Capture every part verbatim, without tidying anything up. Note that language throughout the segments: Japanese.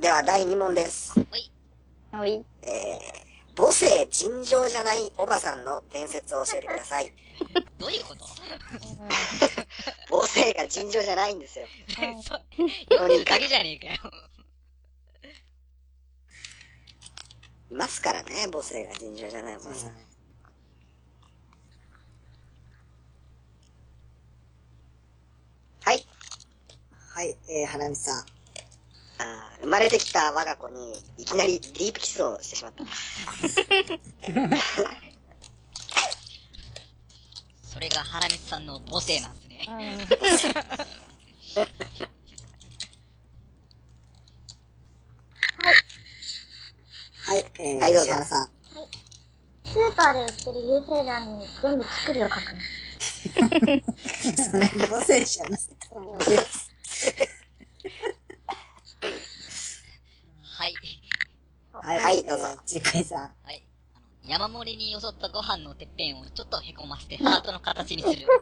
ではだいに問です。 おい。 おい。 えー、母性尋常じゃないおばさんの伝説を教えてください。 どういうこと？ 母性が尋常じゃないんですよ。 そ、よく言うだけじゃねえかよ。 いますからね、母性が尋常じゃないおばさん。はい。 はい、えー、花見さん。 あー、生まれてきた我が子にいきなりディープキスをしてしまった。 それが原光さんの母性なんですね。 はい、えー、 はい、どうぞ。 石原さん。 スーパーで売ってる有名欄に全部作るを書くの。 それ母性じゃないと思うよ。 はい。 はい、 はい、どうぞ。 ちくいさん。 はい。あの、山盛りによそったご飯のてっぺんをちょっとへこませてハートの形にする。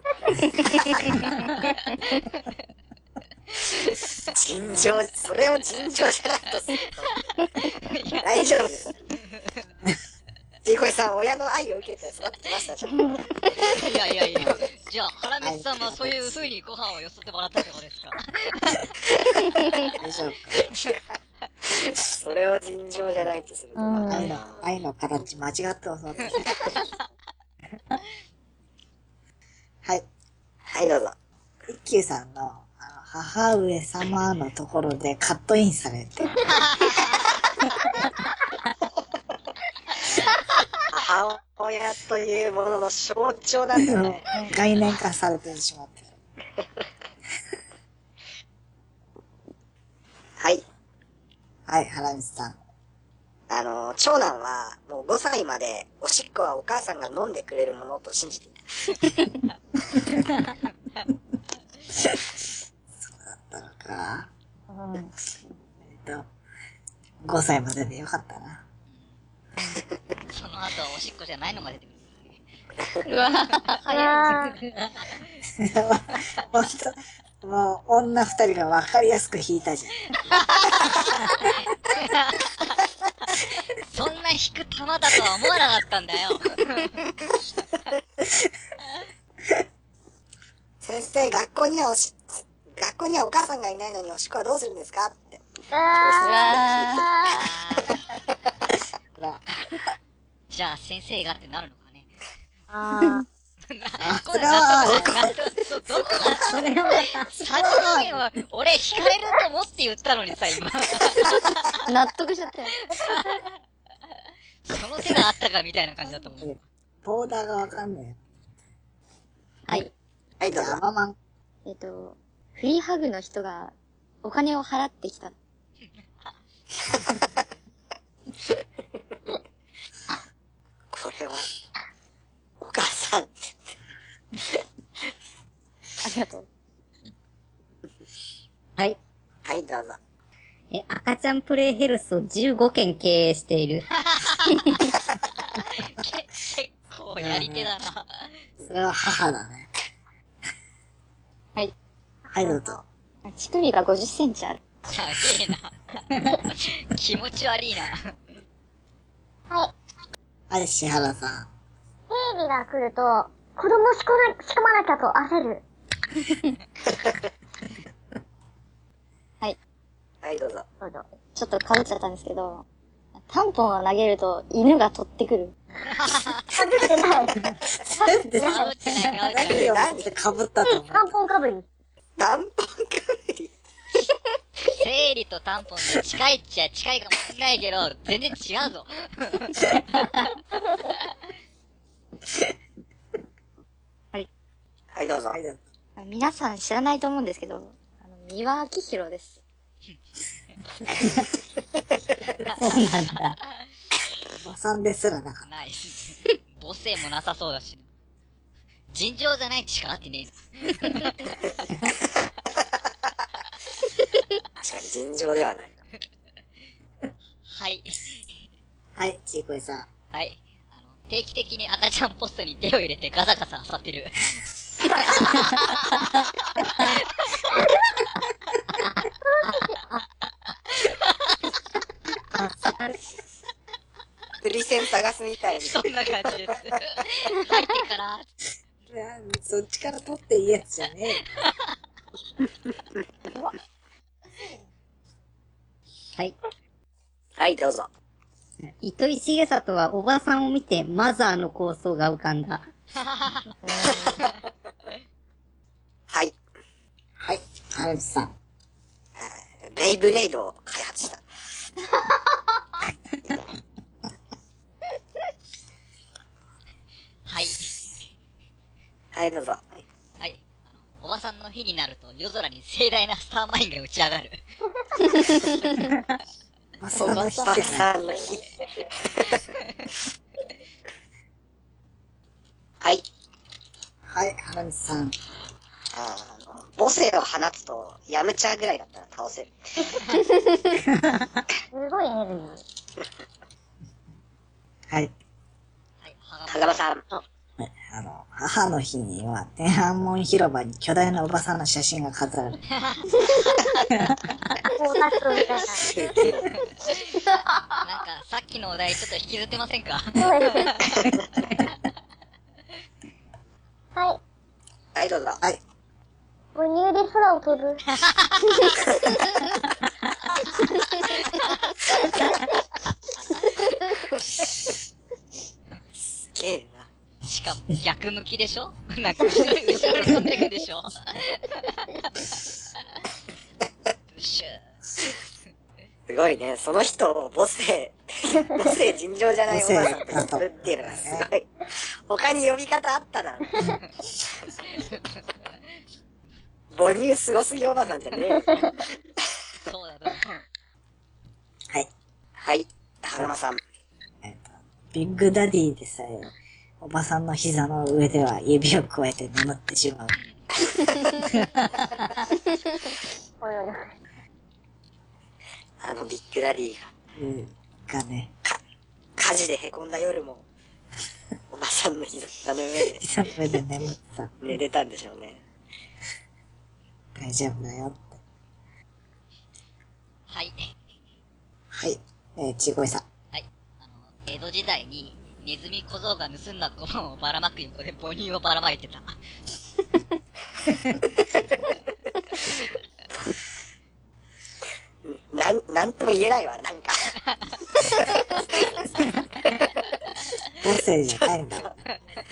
尋常、それを尋常じゃないとすると。大丈夫です。ちいこいさん、親の愛を受けて育ってましたじゃん。 いやいやいや。じゃあ、原光さんはそういう風にご飯をよそってもらったってことですか？ 大丈夫か。 それを尋常じゃないとすると。 愛の、愛の形間違ってます。はい。 はい、どうぞ。 一休さんの、あの、母上様のところでカットインされて。 母親というものの象徴なんだよね。 概念化されてしまって。 はい。 はい、原道さん。 あの、長男は、もうごさいまで、おしっこはお母さんが飲んでくれるものと信じていた。 そうだったのか。 うん。 えっと、ごさいまででよかったな。 その後はおしっこじゃないのが出てくる。 うわ早い。 ほんと、もう、女二人がわかりやすく引いたじゃん。 そんな引く球だとは思わなかったんだよ。 先生、学校にはおし、学校にはお母さんがいないのにおしっこはどうするんですかって。 あじゃあ先生がってなるのかね。 あ。 それは、 どこが、 それは、 さんにんは、俺引かれると思って言ったのにさ、今。 納得しちゃったよ。 その手があったかみたいな感じだったもん。 ボーダーがわかんねはい。 はい、どうぞ。 え。ママン。 えっと、フリーハグの人がお金を払ってきた。 これは、お母さん。 ありがとう。 はい。 はい、どうぞ。 え、赤ちゃんプレイヘルスをじゅうごけん経営している。 結構やり手だな。 それは母だね。 はい。 はい、どうぞ。 乳首がごじゅっセンチある。 やべえな。気持ち悪いな。 はい。 はい、石原さん。 生理が来ると、子供仕込ま、仕込まなきゃと焦る。はい。 はい、どうぞ。 どうぞ。ちょっと被っちゃったんですけど、タンポンを投げると犬が取ってくる。被ってない。 なんで、 かぶってないかぶってない何を持って被ったと思う。 タンポンかぶり。 タンポンかぶり。 生理とタンポンで近いっちゃ近いかもしれないけど、全然違うぞ。 はい。 はい、どうぞ。 はい、どうぞ。 皆さん知らないと思うんですけど、あの、三輪明宏です。 そうなんだ。 おばさんですらなかっない。母性もなさそうだし。尋常じゃないってしかなってねえ。 確かに尋常ではない。 はい。 た。はい、ちいこいさん。 はい。あの、定期的に赤ちゃんポストに手を入れてガサガサ漁ってる。 みたいに。 そんな感じです。入ってから、 いや、そっちから取っていいやつじゃねえよ。 はい。 はい、どうぞ。 糸井重里はおばさんを見てマザーの構想が浮かんだ。 はい。 はい、原口さん。 ベイブレイドを開発した。 はい。 はい、どうぞ。 はい。おばさんの日になると夜空に盛大なスターマインが打ち上がる。 まさの日おばってさんの日。はい。 はい、原口さん。 あの、母性を放つと、ヤムチャぐらいだったら倒せる。 すごいエネルギー。 はい。 はい。 風間さん。 あの、母の日には天安門広場に巨大なおばさんの写真が飾られる。 こうなくみたいな。 すげえ。 なんか、さっきのお題ちょっと引きずってませんか？ はい。 はい、どうぞ。 はい。 母乳で空を飛ぶ。 すげえな。 しかも逆向きでしょ？なんか後ろに後ろに飛んでくでしょ？ブシュすごいね。その人を母性、母性尋常じゃないおばさんとするっていうのがすごい。他に呼び方あったな。母乳すごすぎおばさんじゃねえよ。 そうだな。 はい。 はい。原間さん。 えっと、ビッグダディでさえ、おばさんの膝の上では指を加えて眠ってしまう。 おいおい。 あのビッグダディうんがね、 が、火事で凹んだ夜も、おばさんの膝の上で膝の上で眠ってさ、 寝れたんでしょうね。 大丈夫だよって。 はい。 はい。えー、ちごいさん。 はい。あの、江戸時代に、ネズミ小僧が盗んだ小判をばらまく横で母乳をばらまいてた。 なん、なんとも言えないわ、なんか。 母性じゃないんだ。 母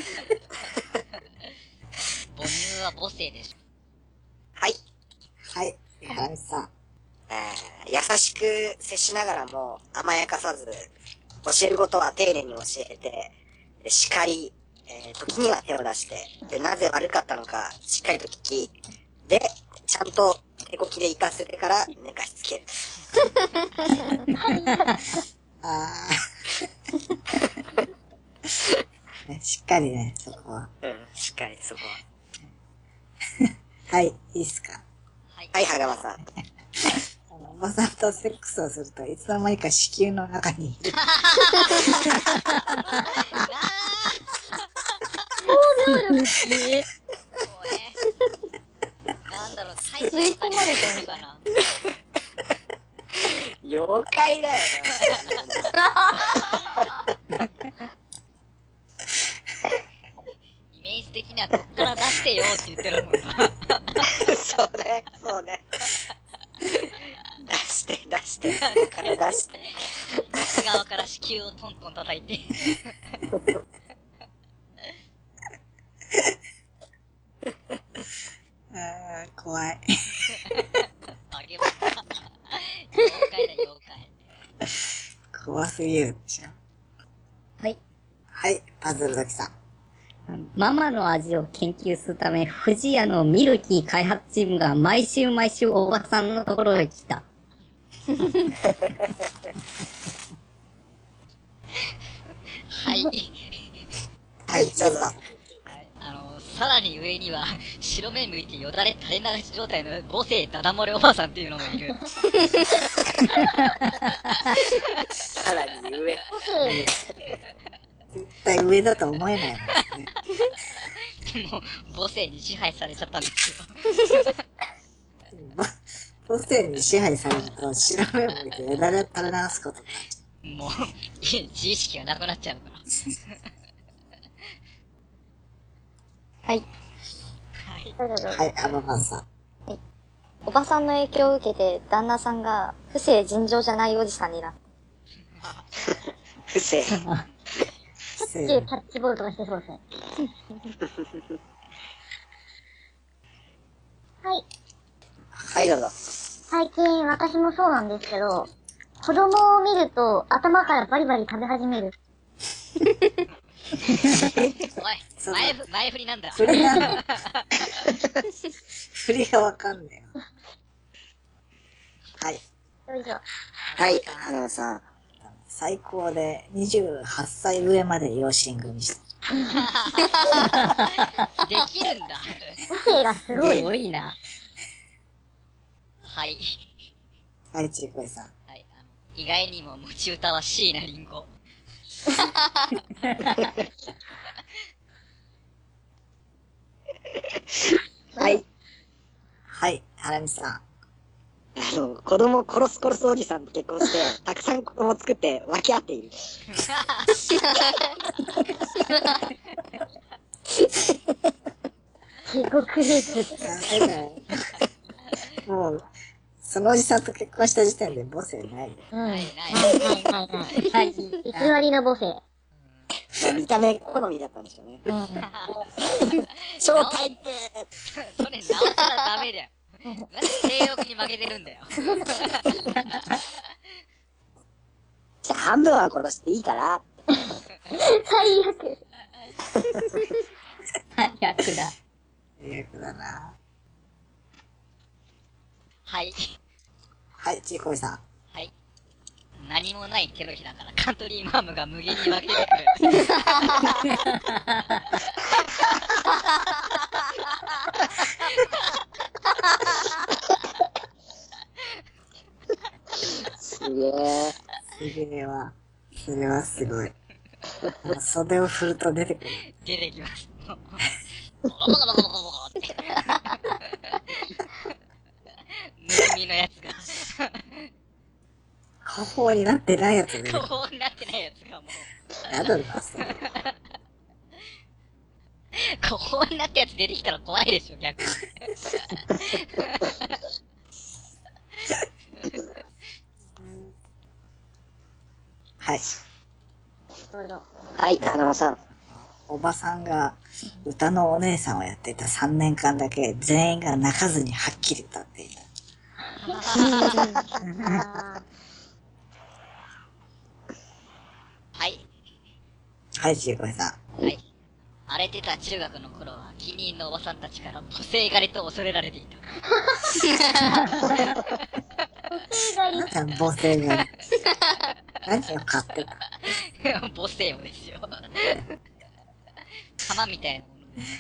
乳は母性でしょ。 はい。 はい。原口さん。 えー、優しく接しながらも甘やかさず、教えることは丁寧に教えて、で叱り、えー、時には手を出して、で、なぜ悪かったのかしっかりと聞き、で、ちゃんと手こきで行かせてから寝かしつける。 あー。ね、しっかりね、そこは。 うん、しっかりそこは。 はい、いいっすか。 はい。 はい、羽釜さん。 あの、おばさんとセックスをするといつの間にか子宮の中にいる。 ねこれ。なんだろう、最初に込まれてるのかな。 妖怪だよイメージ的にはこっから出してよって言ってるもんな。 な。そうね、そうね。出して、出して、から出して。 内側から子宮をトントン叩いて。 あー、怖い。 あげました。妖怪だ、妖怪。 怖すぎるでしょ。 はい。 はい、パズルドキさん。 ママの味を研究するため、富士屋のミルキー開発チームが毎週毎週おばさんのところへ来た。 はい。 はい、どうぞ。 あの、さらに上には、白目向いてよだれ垂れ流し状態の母性ダダ漏れおばさんっていうのもいる。 さらに上。 絶対上だと思えないもんね。 もう、母性に支配されちゃったんですよ。 母性に支配されると、白目を向いてよだれ垂れ流すことになっちゃもう、自意識がなくなっちゃうから。 はい。 はい。 どうぞどうぞ。 はい、アババンさん。 おばさんの影響を受けて、旦那さんが、不正尋常じゃないおじさんになった。 不正。 せキャッチボールとかしてそうですね。はい。 はい、どうぞ。 最近私もそうなんですけど、子供を見ると頭からバリバリ食べ始める。 おい、前ふ、前振りなんだ。 振りなんだ。振りがわかんねえよ。はい。 よいしょ。 はい、花輪さん。 最高でにじゅうはっさい上まで養子縁組した。 できるんだ。 個性がすごい。 すごいな。はい。 はい、ちいこいさん。 はい。あの意外にも持ち歌は椎名林檎。 はい。はい、はらみさん。 あの、子供殺す殺すおじさんと結婚して、たくさん子供作って分け合っている。 地獄です。 ダメだよ。もう、そのおじさんと結婚した時点で母性ないよ。 うん。はいないない。 はいはいはい。偽りの母性。 見た目好みだったんでしょうね。 うん。 超大抵それ直したらダメだよ。なんで性欲に負けてるんだよ。 じゃあ半分は殺していいから。 最悪。 最悪だ。 最悪だな。 はい。 はい、ちいこいさん。 はい。何もない手のひらからカントリーマームが無限に分けてくる。 すげえ。 すげえわ。それはすごい。袖を振ると出てくる。 出てきます。ボコボコボコボコボコって。むくみのやつが。 過方になってないやつ出てくる。 こうになってないやつがもう。 やだな、それ。 こうになったやつ出てきたら怖いでしょ、逆に。 はい。 どうぞ。 はい、花輪さん。 おばさんが歌のお姉さんをやっていたさんねんかんだけ全員が泣かずにはっきり歌っていた。 はい。 はい、ちいこいさん。 はい。荒れてた中学の頃は、近隣のおばさんたちから母性狩りと恐れられていた。 なんだ母性が。何を買ってた母性をですよ。玉みたいなも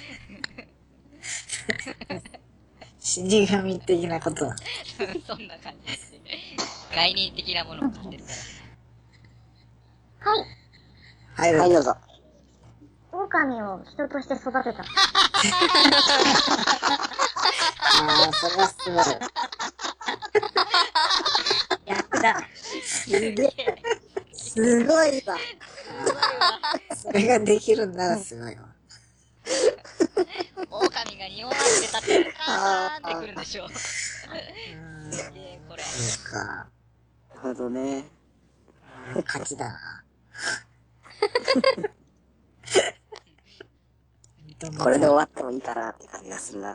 の。 死神的なことだ。 そんな感じですね。概念的なものを買ってるから。 はい。 はい、 はい、どうぞ。 狼を人として育てた。 ああ、それはすごい。 逆だ。 すげえ。すごいわ。 それができるんならすごいわ。 狼が日本足で立ってるかーんってくるんでしょ。すげえ、これ。 そうか。 なるほどね。 勝ちだな。 これで終わってもいいかなって感じがするな。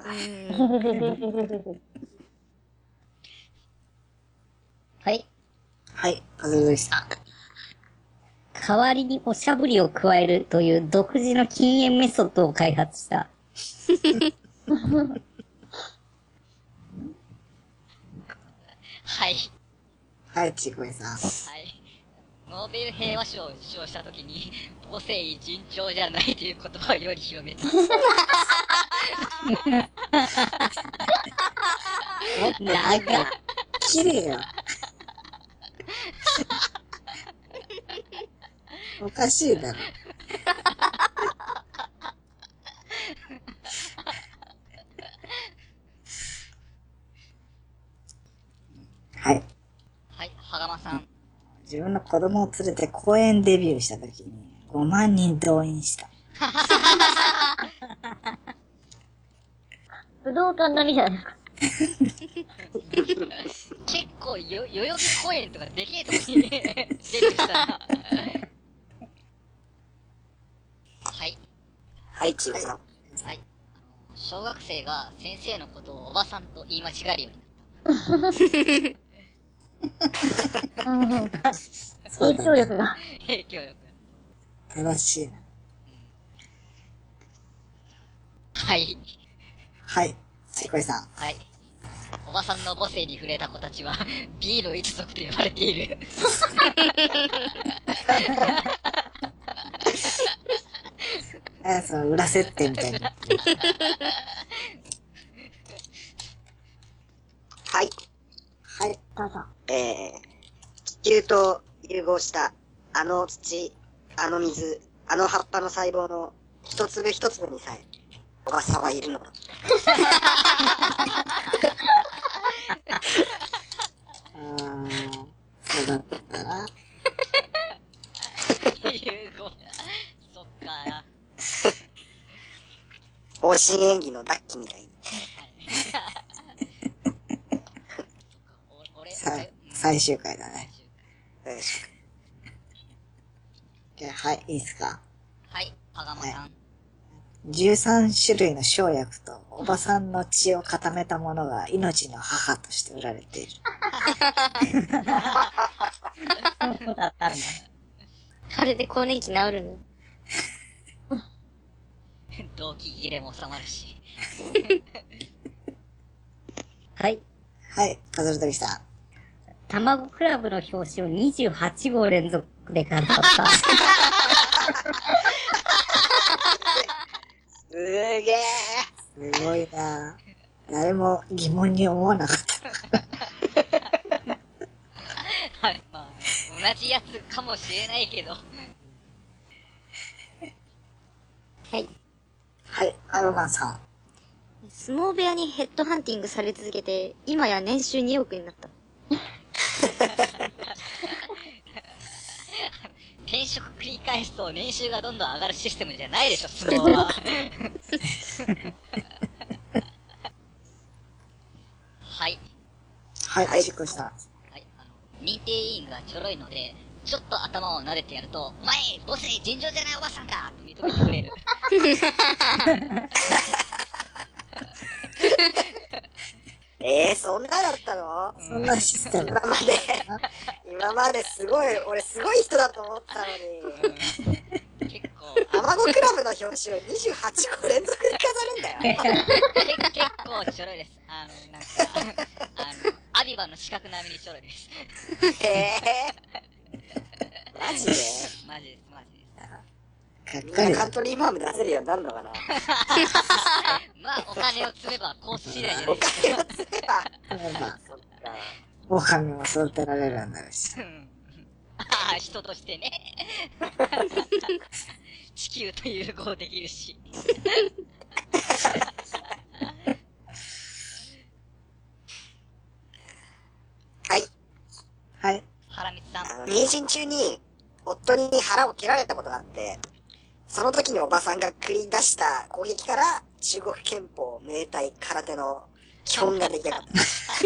はい。 はい、かずるさん。 代わりにおしゃぶりを加えるという独自の禁煙メソッドを開発した。 はい。 はい、ちいこいさん。 はい。ノーベル平和賞を受賞したときに、母性順調じゃないという言葉を世に広めた。 長っ。綺麗よ。おかしいだろ。はい。 はい、はがまさん。 自分の子供を連れて公園デビューした時に、 ごまん人動員した。 武道館並みじゃないですか。 結構よ、代々木公園とかでけえとこに出るしたら。はい。 はい、チームさん。 はい。小学生が先生のことをおばさんと言い間違えるようになった。 影響力が。 影響力。 正しいな。 はい。 はい。ちこいさん。 はい。おばさんの母性に触れた子たちは、ビール一族と呼ばれている。 あ、その裏設定みたいな。 はい。 はい。 どうぞ。 えー、地球と融合したあの土、あの水、あの葉っぱの細胞の一粒一粒にさえ、おばさんはいるのだ。 あー、そうだったな。 融合。そっか。 方針演技のダッキみたいに。 俺、 さ俺、 最終回だね。 よし。 じゃあ、はい、いいっすか。 はい、パガマさん。 じゅうさん種類の生薬とおばさんの血を固めたものが命の母として売られている。 そうだったんだ。 あれで更年期治るの？ 動機切れも収まるし。 はい。 はい、パズルトキさん。 卵クラブの表紙をにじゅうはち号連続で飾った。 すげえ。 すごいな。誰も疑問に思わなかった。 はい、まあ、同じやつかもしれないけど。 はい。 はい、アルマンさん。 相撲部屋にヘッドハンティングされ続けて、今や年収におくになった。 転職繰り返すと年収がどんどん上がるシステムじゃないでしょ、相撲は。はい。 はい、はい、チコさん。 はい。あの、認定委員がちょろいので、ちょっと頭を撫でてやると、お前、母性尋常じゃないおばさんかと認めてくれる。 えー、そんなだったの？ そんなシステム。 今まで、今まですごい、俺すごい人だと思ったのに。 結構、 アマゴクラブの表紙をにじゅうはちこ連続で飾るんだよ。 結結構ちょろいです。あの、なんか、あの、アビバの四角並みにちょろいです。 へー。マジで？ マジです、マジです。 がっかりだみんなカン。トリーマーム出せるようになるのかな？ まあ、お金を積めばコース次第じゃないおです金を積めば。 まあ、 そっか。 狼も育てられるようになるし。 か。ああ、人としてね。地球と融合できるし。 はい。 はい。 ハラミツさん。 あの、妊娠中に、夫に腹を切られたことがあって、その時におばさんが繰り出した攻撃から、中国拳法、明体、空手の基本が出来上がった。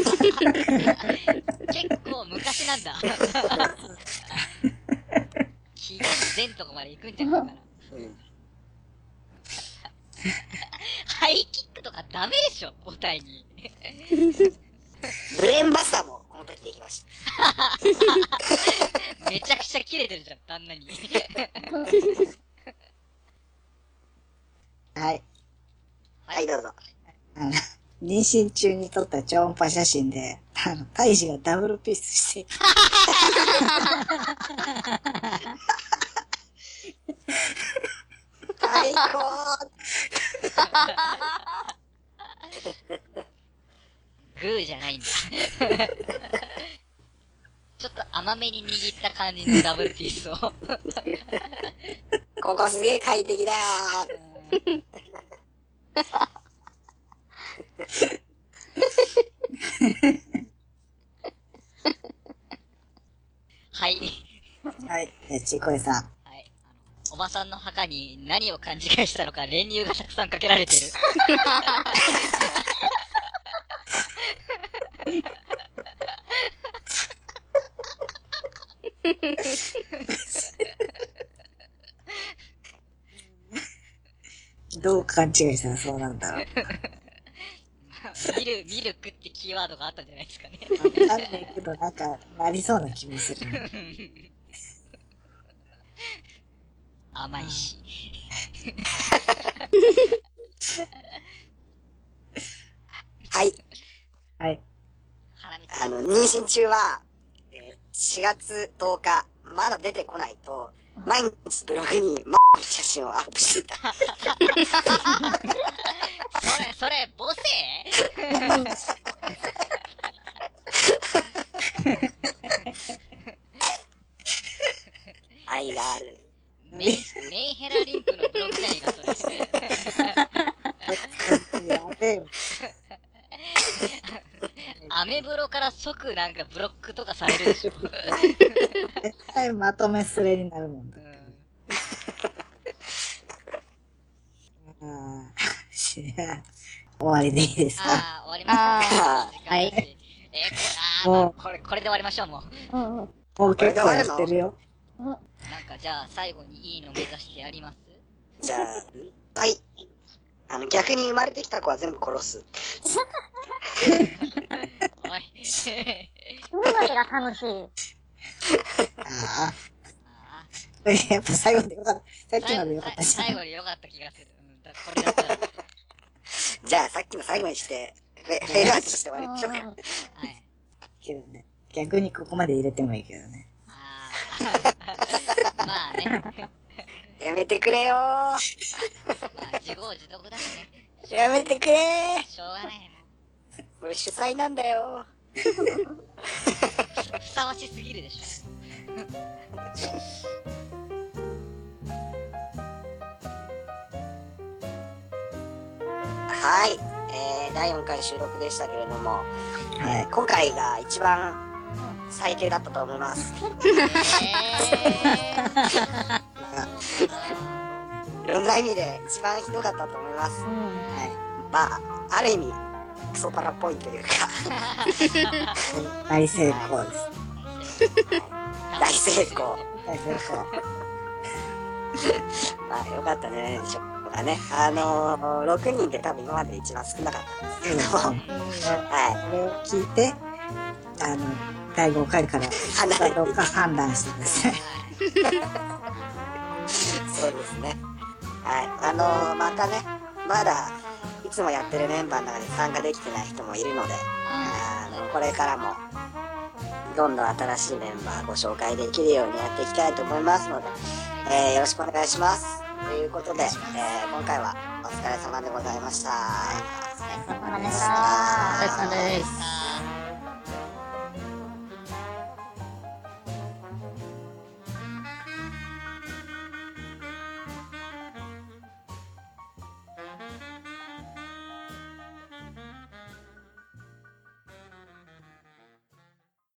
結構昔なんだ。紀元前とかまで行くんじゃないかな。 うん。 ハイキックとかダメでしょ、母体に。 ブレーンバスターもこの時できました。 めちゃくちゃキレてるじゃん、旦那に。 はい。 はい、どうぞ。 あの、妊娠中に撮った超音波写真で、あの、胎児がダブルピースしている。 最高。 グーじゃないんだ。ちょっと甘めに握った感じのダブルピースを。 ここすげえ快適だよはい。 はい。え、ちこいさん。 はい。あの、おおばさんの墓に何を勘違いしたのか練乳がたくさんかけられてる。 どう勘違いしたらそうなんだろう。 ミル、ミルクってキーワードがあったんじゃないですかね。 わかんないけど、なんか、なりそうな気もするね。 甘いし。 はい。 はい。 花見あの、妊娠中は、えーしがつとおか、まだ出てこないと、毎日ブログにマの写真をアップしていた。 それ、それ、母性愛がある。 メイ、メイヘラリンクのブログじゃねえか、それ。 やべえ。 アメブロから即なんかブロックとかされるでしょ。 絶対まとめスレになるもんだ。ああ、し終わりでいいですか？ ああ、終わりました。 あ時間だしえー、これ、あー、まあ、これ、これで終わりましょう、もう。 うんうん。 もう結構やってるよ。 なんか、じゃあ、最後にいいの目指してやりますじゃあ、はい。あの、逆に生まれてきた子は全部殺す。 おい。 どれまでが楽しい？ ああ。 あやっぱ最後でよかった。さっーきまでよかったじゃん。 最後に良かった気がする。うん、だこれだったら。 じゃあ、さっきの最後にして、フェフェイルアウトして終わりましょうか。 はい。 けどね。逆にここまで入れてもいいけどね。 ああ。まあね。 やめてくれよー。 まあ、自業自得だしね。 やめてくれー。 しょうがないね。 これ主催なんだよふさわしすぎるでしょ。 はい。えー、だいよんかい収録でしたけれども、 はえー今回が一番最低だったと思います。いろんな意味で一番ひどかったと思います。はい。まあ、ある意味、クソパラっぽいというか、 大成功です。 大成功。 大成功。 まあ、よかったね、でしょうかね。あのー、ろくにんで多分今までで一番少なかったんですけれども、はこれを聞いて、あの、だいごかいから、かどうか判断してください。 い。そうですね。はい。あのー、またね、まだ、いつもやってるメンバーの中で参加できてない人もいるので、あの、これからも、どんどん新しいメンバーご紹介できるようにやっていきたいと思いますので、えー、よろしくお願いします。ということで、えー、今回はお疲れ様でございました。 お疲れ様でしお疲れた。 様です。